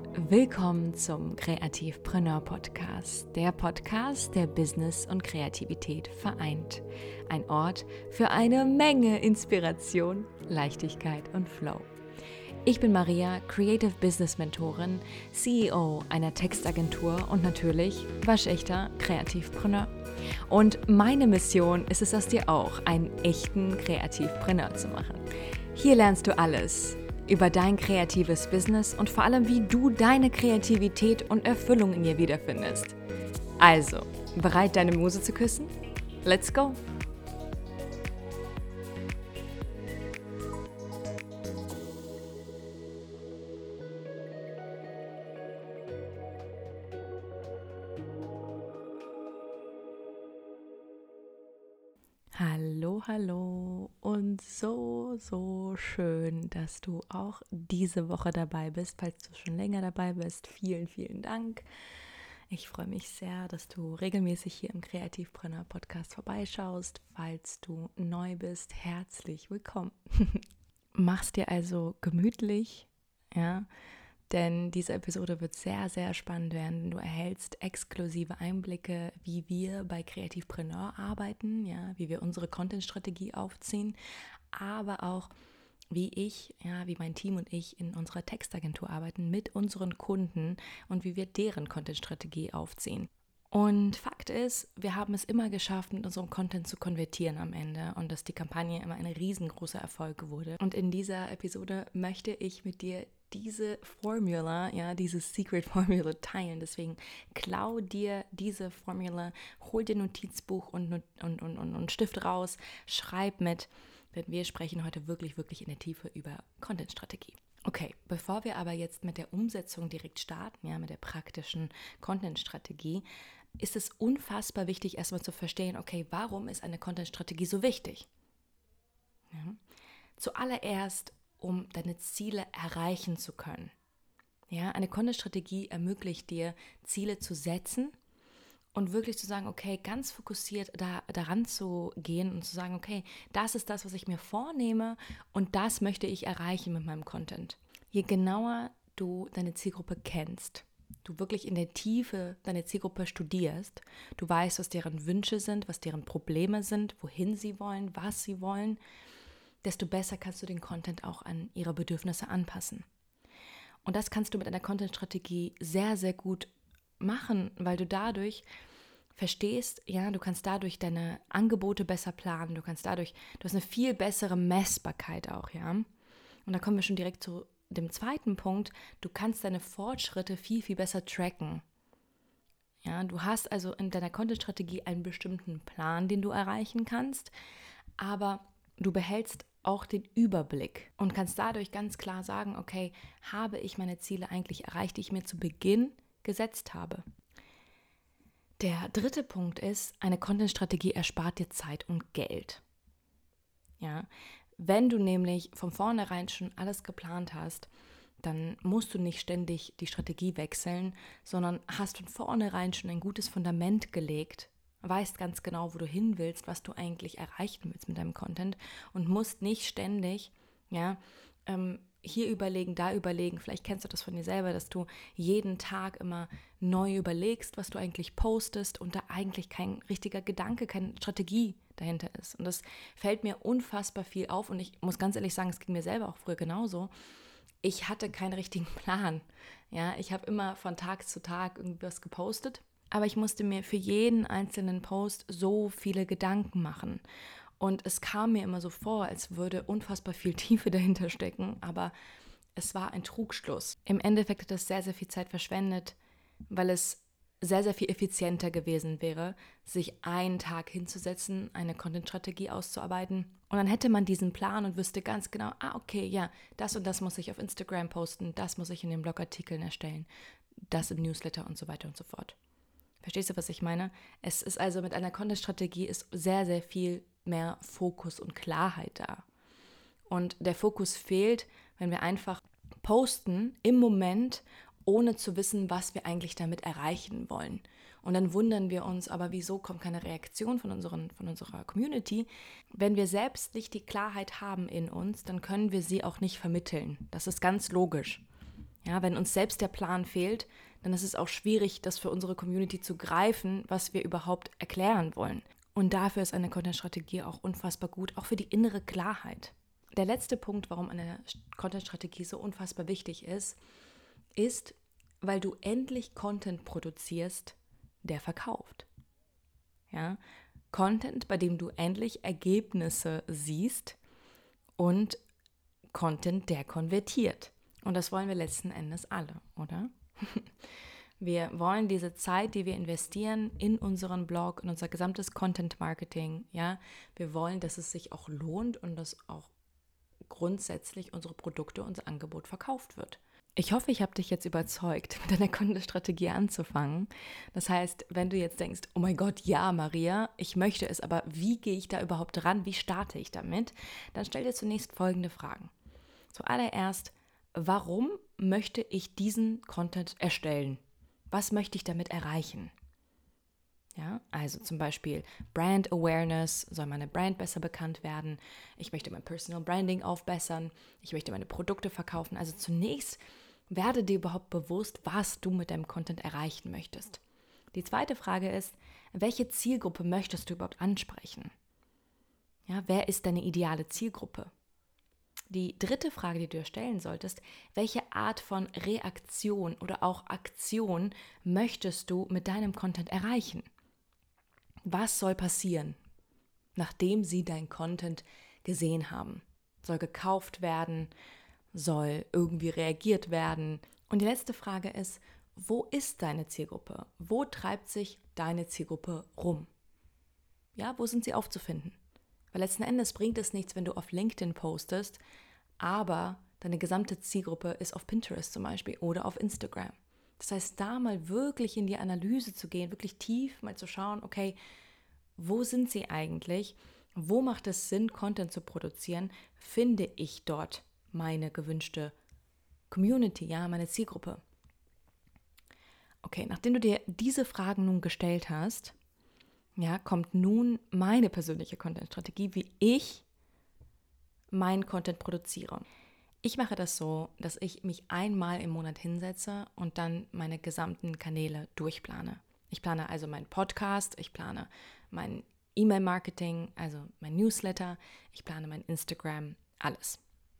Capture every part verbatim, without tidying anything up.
Willkommen zum Kreativpreneur Podcast, der Podcast, der Business und Kreativität vereint. Ein Ort für eine Menge Inspiration, Leichtigkeit und Flow. Ich bin Maria, Creative Business Mentorin, C E O einer Textagentur und natürlich waschechter Kreativpreneur. Und meine Mission ist es, aus dir auch einen echten Kreativpreneur zu machen. Hier lernst du alles über dein kreatives Business und vor allem, wie du deine Kreativität und Erfüllung in ihr wiederfindest. Also, bereit, deine Muse zu küssen? Let's go! Hallo, hallo und so, so schön, dass du auch diese Woche dabei bist. Falls du schon länger dabei bist, vielen, vielen Dank. Ich freue mich sehr, dass du regelmäßig hier im Kreativpreneur Podcast vorbeischaust. Falls du neu bist, herzlich willkommen. Mach's dir also gemütlich, ja. Denn diese Episode wird sehr, sehr spannend werden. Du erhältst exklusive Einblicke, wie wir bei Kreativpreneur arbeiten, ja, wie wir unsere Content-Strategie aufziehen, aber auch wie ich, ja, wie mein Team und ich in unserer Textagentur arbeiten mit unseren Kunden und wie wir deren Content-Strategie aufziehen. Und Fakt ist, wir haben es immer geschafft, mit unserem Content zu konvertieren am Ende und dass die Kampagne immer ein riesengroßer Erfolg wurde. Und in dieser Episode möchte ich mit dir diese Formula, ja, diese Secret Formula teilen. Deswegen klau dir diese Formula, hol dir Notizbuch und, und, und, und, und Stift raus, schreib mit, denn wir sprechen heute wirklich, wirklich in der Tiefe über Content-Strategie. Okay, bevor wir aber jetzt mit der Umsetzung direkt starten, ja, mit der praktischen Content-Strategie, ist es unfassbar wichtig, erstmal zu verstehen, okay, warum ist eine Content-Strategie so wichtig? Ja. Zuallererst, um deine Ziele erreichen zu können. Ja, eine Content-Strategie ermöglicht dir, Ziele zu setzen und wirklich zu sagen, okay, ganz fokussiert da, daran zu gehen und zu sagen, okay, das ist das, was ich mir vornehme und das möchte ich erreichen mit meinem Content. Je genauer du deine Zielgruppe kennst, du wirklich in der Tiefe deine Zielgruppe studierst, du weißt, was deren Wünsche sind, was deren Probleme sind, wohin sie wollen, was sie wollen, desto besser kannst du den Content auch an ihre Bedürfnisse anpassen. Und das kannst du mit einer Content-Strategie sehr, sehr gut machen, weil du dadurch verstehst, ja, du kannst dadurch deine Angebote besser planen, du kannst dadurch, du hast eine viel bessere Messbarkeit auch, ja. Und da kommen wir schon direkt zu dem zweiten Punkt, du kannst deine Fortschritte viel, viel besser tracken. Ja, du hast also in deiner Content-Strategie einen bestimmten Plan, den du erreichen kannst, aber du behältst auch den Überblick und kannst dadurch ganz klar sagen, okay, habe ich meine Ziele eigentlich erreicht, die ich mir zu Beginn gesetzt habe. Der dritte Punkt ist, eine Content-Strategie erspart dir Zeit und Geld. Ja, wenn du nämlich von vornherein schon alles geplant hast, dann musst du nicht ständig die Strategie wechseln, sondern hast von vornherein schon ein gutes Fundament gelegt, weißt ganz genau, wo du hin willst, was du eigentlich erreichen willst mit deinem Content und musst nicht ständig, ja, ähm, hier überlegen, da überlegen. Vielleicht kennst du das von dir selber, dass du jeden Tag immer neu überlegst, was du eigentlich postest und da eigentlich kein richtiger Gedanke, keine Strategie dahinter ist. Und das fällt mir unfassbar viel auf und ich muss ganz ehrlich sagen, es ging mir selber auch früher genauso. Ich hatte keinen richtigen Plan. Ja, ich habe immer von Tag zu Tag irgendwas gepostet, aber ich musste mir für jeden einzelnen Post so viele Gedanken machen. Und es kam mir immer so vor, als würde unfassbar viel Tiefe dahinter stecken, aber es war ein Trugschluss. Im Endeffekt hat das sehr, sehr viel Zeit verschwendet, weil es sehr, sehr viel effizienter gewesen wäre, sich einen Tag hinzusetzen, eine Content-Strategie auszuarbeiten. Und dann hätte man diesen Plan und wüsste ganz genau, ah, okay, ja, das und das muss ich auf Instagram posten, das muss ich in den Blogartikeln erstellen, das im Newsletter und so weiter und so fort. Verstehst du, was ich meine? Es ist also mit einer Content-Strategie ist sehr, sehr viel mehr Fokus und Klarheit da. Und der Fokus fehlt, wenn wir einfach posten im Moment, ohne zu wissen, was wir eigentlich damit erreichen wollen. Und dann wundern wir uns, aber wieso kommt keine Reaktion von, unseren, von unserer Community? Wenn wir selbst nicht die Klarheit haben in uns, dann können wir sie auch nicht vermitteln. Das ist ganz logisch. Ja, wenn uns selbst der Plan fehlt, dann ist es auch schwierig, das für unsere Community zu greifen, was wir überhaupt erklären wollen. Und dafür ist eine Content-Strategie auch unfassbar gut, auch für die innere Klarheit. Der letzte Punkt, warum eine Content-Strategie so unfassbar wichtig ist, ist, weil du endlich Content produzierst, der verkauft. Ja? Content, bei dem du endlich Ergebnisse siehst und Content, der konvertiert. Und das wollen wir letzten Endes alle, oder? Wir wollen diese Zeit, die wir investieren in unseren Blog, in unser gesamtes Content-Marketing, ja, wir wollen, dass es sich auch lohnt und dass auch grundsätzlich unsere Produkte, unser Angebot verkauft wird. Ich hoffe, ich habe dich jetzt überzeugt, mit deiner Content-Strategie anzufangen. Das heißt, wenn du jetzt denkst, oh mein Gott, ja, Maria, ich möchte es, aber wie gehe ich da überhaupt ran? Wie starte ich damit? Dann stell dir zunächst folgende Fragen. Zuallererst, warum möchte ich diesen Content erstellen? Was möchte ich damit erreichen? Ja, also zum Beispiel Brand Awareness, soll meine Brand besser bekannt werden? Ich möchte mein Personal Branding aufbessern. Ich möchte meine Produkte verkaufen. Also zunächst werde dir überhaupt bewusst, was du mit deinem Content erreichen möchtest. Die zweite Frage ist, welche Zielgruppe möchtest du überhaupt ansprechen? Ja, wer ist deine ideale Zielgruppe? Die dritte Frage, die du dir stellen solltest, welche Art von Reaktion oder auch Aktion möchtest du mit deinem Content erreichen? Was soll passieren, nachdem sie dein Content gesehen haben? Soll gekauft werden? Soll irgendwie reagiert werden? Und die letzte Frage ist, wo ist deine Zielgruppe? Wo treibt sich deine Zielgruppe rum? Ja, wo sind sie aufzufinden? Weil letzten Endes bringt es nichts, wenn du auf LinkedIn postest, aber deine gesamte Zielgruppe ist auf Pinterest zum Beispiel oder auf Instagram. Das heißt, da mal wirklich in die Analyse zu gehen, wirklich tief mal zu schauen, okay, wo sind sie eigentlich? Wo macht es Sinn, Content zu produzieren? Finde ich dort meine gewünschte Community, ja, meine Zielgruppe? Okay, nachdem du dir diese Fragen nun gestellt hast, ja, kommt nun meine persönliche Content-Strategie, wie ich meinen Content produziere. Ich mache das so, dass ich mich einmal im Monat hinsetze und dann meine gesamten Kanäle durchplane. Ich plane also meinen Podcast, ich plane mein E-Mail-Marketing, also mein Newsletter, ich plane mein Instagram, alles.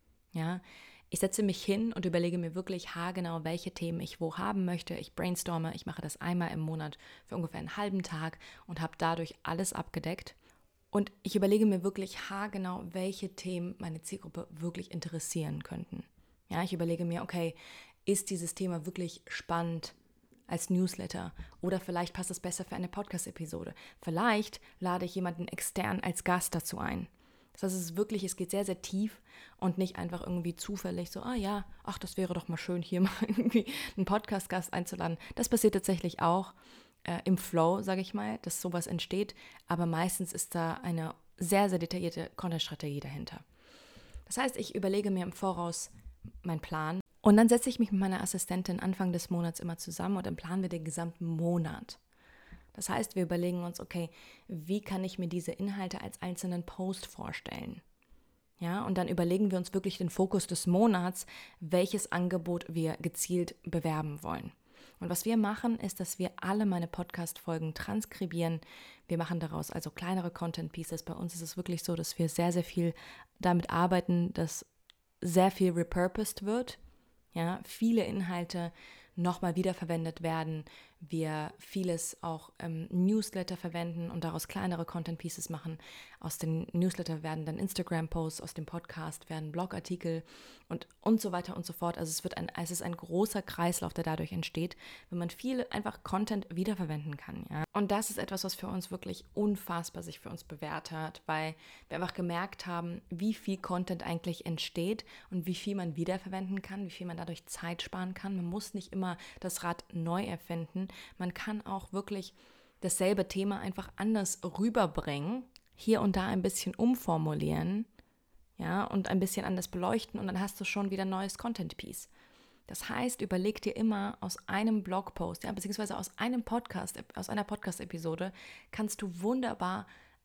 Ja, ich setze mich hin und überlege mir wirklich haargenau, welche Themen ich wo haben möchte. Ich brainstorme, ich mache das einmal im Monat für ungefähr einen halben Tag und habe dadurch alles abgedeckt. Und ich überlege mir wirklich haargenau, welche Themen meine Zielgruppe wirklich interessieren könnten. Ja, ich überlege mir, okay, ist dieses Thema wirklich spannend als Newsletter oder vielleicht passt es besser für eine Podcast-Episode. Vielleicht lade ich jemanden extern als Gast dazu ein. Das heißt, es ist wirklich, es geht sehr, sehr tief und nicht einfach irgendwie zufällig so, ah ja, ach, das wäre doch mal schön, hier mal irgendwie einen Podcast-Gast einzuladen. Das passiert tatsächlich auch äh, im Flow, sage ich mal, dass sowas entsteht, aber meistens ist da eine sehr, sehr detaillierte Content-Strategie dahinter. Das heißt, ich überlege mir im Voraus meinen Plan und dann setze ich mich mit meiner Assistentin Anfang des Monats immer zusammen und dann planen wir den gesamten Monat. Das heißt, wir überlegen uns, okay, wie kann ich mir diese Inhalte als einzelnen Post vorstellen? Ja, und dann überlegen wir uns wirklich den Fokus des Monats, welches Angebot wir gezielt bewerben wollen. Und was wir machen, ist, dass wir alle meine Podcast-Folgen transkribieren. Wir machen daraus also kleinere Content-Pieces. Bei uns ist es wirklich so, dass wir sehr, sehr viel damit arbeiten, dass sehr viel repurposed wird. Ja, viele Inhalte nochmal wiederverwendet werden. Wir vieles auch im Newsletter verwenden und daraus kleinere Content-Pieces machen. Aus den Newsletter werden dann Instagram-Posts, aus dem Podcast werden Blogartikel und, und so weiter und so fort. Also es wird ein, es ist ein großer Kreislauf, der dadurch entsteht, wenn man viel einfach Content wiederverwenden kann. Ja? Und das ist etwas, was für uns wirklich unfassbar sich für uns bewährt hat, weil wir einfach gemerkt haben, wie viel Content eigentlich entsteht und wie viel man wiederverwenden kann, wie viel man dadurch Zeit sparen kann. Man muss nicht immer das Rad neu erfinden. Man kann auch wirklich dasselbe Thema einfach anders rüberbringen, hier und da ein bisschen umformulieren, ja, und ein bisschen anders beleuchten und dann hast du schon wieder ein neues Content-Piece. Das heißt, überleg dir immer aus einem Blogpost, ja, beziehungsweise aus einem Podcast, aus einer Podcast-Episode, kannst du wunderbar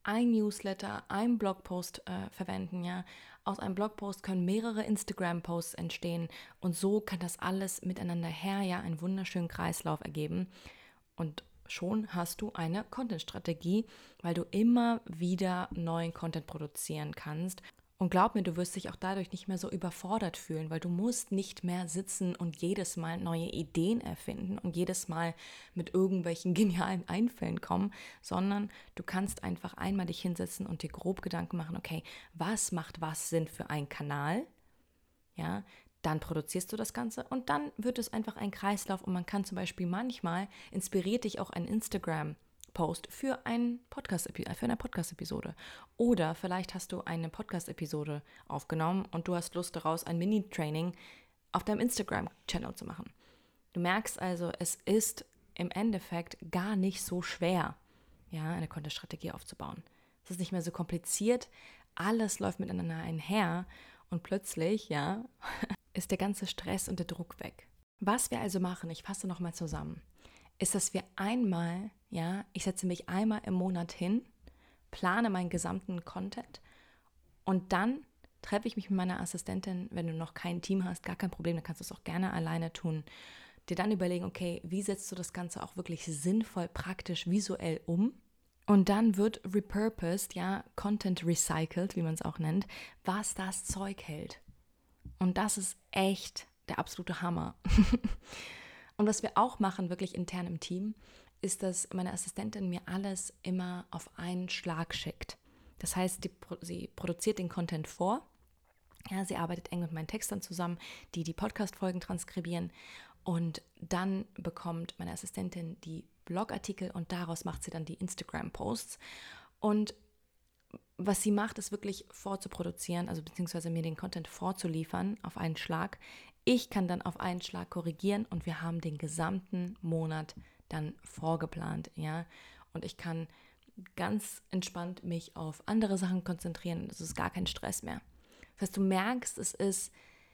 ein Newsletter, ein Blogpost äh, verwenden, ja. Aus einem Blogpost können mehrere Instagram-Posts entstehen und so kann das alles miteinander her, ja, einen wunderschönen Kreislauf ergeben. Und schon hast du eine Content-Strategie, weil du immer wieder neuen Content produzieren kannst. Und glaub mir, du wirst dich auch dadurch nicht mehr so überfordert fühlen, weil du musst nicht mehr sitzen und jedes Mal neue Ideen erfinden und jedes Mal mit irgendwelchen genialen Einfällen kommen, sondern du kannst einfach einmal dich hinsetzen und dir grob Gedanken machen, okay, was macht was Sinn für einen Kanal? Ja, dann produzierst du das Ganze und dann wird es einfach ein Kreislauf und man kann zum Beispiel manchmal, inspiriert dich auch ein Instagram-Post für, ein Podcast, für eine Podcast-Episode. Oder vielleicht hast du eine Podcast-Episode aufgenommen und du hast Lust daraus, ein Mini-Training auf deinem Instagram-Channel zu machen. Du merkst also, es ist im Endeffekt gar nicht so schwer, ja, eine Content-Strategie aufzubauen. Es ist nicht mehr so kompliziert, alles läuft miteinander einher und plötzlich, ja, ist der ganze Stress und der Druck weg. Was wir also machen, ich fasse nochmal zusammen, ist, dass wir einmal, ja, ich setze mich einmal im Monat hin, plane meinen gesamten Content und dann treffe ich mich mit meiner Assistentin, wenn du noch kein Team hast, gar kein Problem, dann kannst du es auch gerne alleine tun, dir dann überlegen, okay, wie setzt du das Ganze auch wirklich sinnvoll, praktisch, visuell um? Und dann wird repurposed, ja, Content recycled, wie man es auch nennt, was das Zeug hält. Und das ist echt der absolute Hammer. Und was wir auch machen, wirklich intern im Team, ist, dass meine Assistentin mir alles immer auf einen Schlag schickt. Das heißt, die, sie produziert den Content vor. Ja, sie arbeitet eng mit meinen Textern zusammen, die die Podcast-Folgen transkribieren. Und dann bekommt meine Assistentin die Blogartikel und daraus macht sie dann die Instagram-Posts. Und was sie macht, ist wirklich vorzuproduzieren, also beziehungsweise mir den Content vorzuliefern auf einen Schlag. Ich kann dann auf einen Schlag korrigieren und wir haben den gesamten Monat dann vorgeplant, ja. Und ich kann ganz entspannt mich auf andere Sachen konzentrieren. Das ist gar kein Stress mehr. Das heißt, du merkst, es ist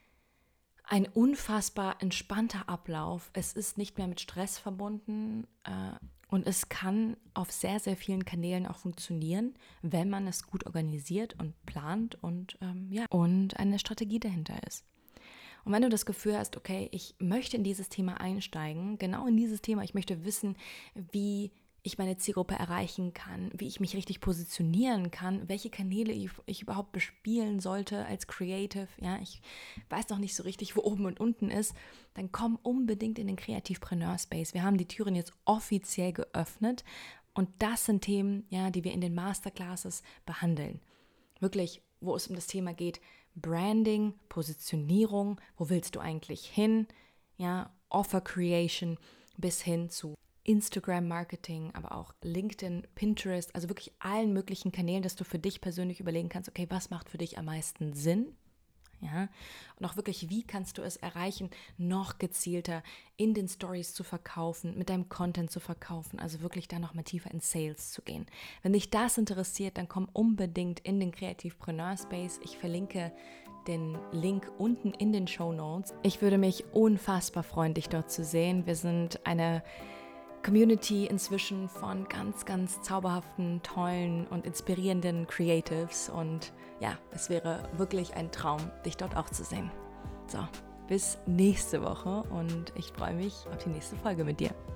ein unfassbar entspannter Ablauf. Es ist nicht mehr mit Stress verbunden. Äh, Und es kann auf sehr, sehr vielen Kanälen auch funktionieren, wenn man es gut organisiert und plant und, ähm, ja, und eine Strategie dahinter ist. Und wenn du das Gefühl hast, okay, ich möchte in dieses Thema einsteigen, genau in dieses Thema, ich möchte wissen, wie ich meine Zielgruppe erreichen kann, wie ich mich richtig positionieren kann, welche Kanäle ich, ich überhaupt bespielen sollte als Creative, ja, ich weiß noch nicht so richtig, wo oben und unten ist, dann komm unbedingt in den Kreativpreneur Space. Wir haben die Türen jetzt offiziell geöffnet und das sind Themen, ja, die wir in den Masterclasses behandeln. Wirklich, wo es um das Thema geht, Branding, Positionierung, wo willst du eigentlich hin, ja, Offer Creation bis hin zu Instagram-Marketing, aber auch LinkedIn, Pinterest, also wirklich allen möglichen Kanälen, dass du für dich persönlich überlegen kannst, okay, was macht für dich am meisten Sinn? Ja, und auch wirklich, wie kannst du es erreichen, noch gezielter in den Stories zu verkaufen, mit deinem Content zu verkaufen, also wirklich da noch mal tiefer in Sales zu gehen. Wenn dich das interessiert, dann komm unbedingt in den Kreativpreneur Space. Ich verlinke den Link unten in den Shownotes. Ich würde mich unfassbar freuen, dich dort zu sehen. Wir sind eine Community inzwischen von ganz, ganz zauberhaften, tollen und inspirierenden Creatives und ja, es wäre wirklich ein Traum, dich dort auch zu sehen. So, bis nächste Woche und ich freue mich auf die nächste Folge mit dir.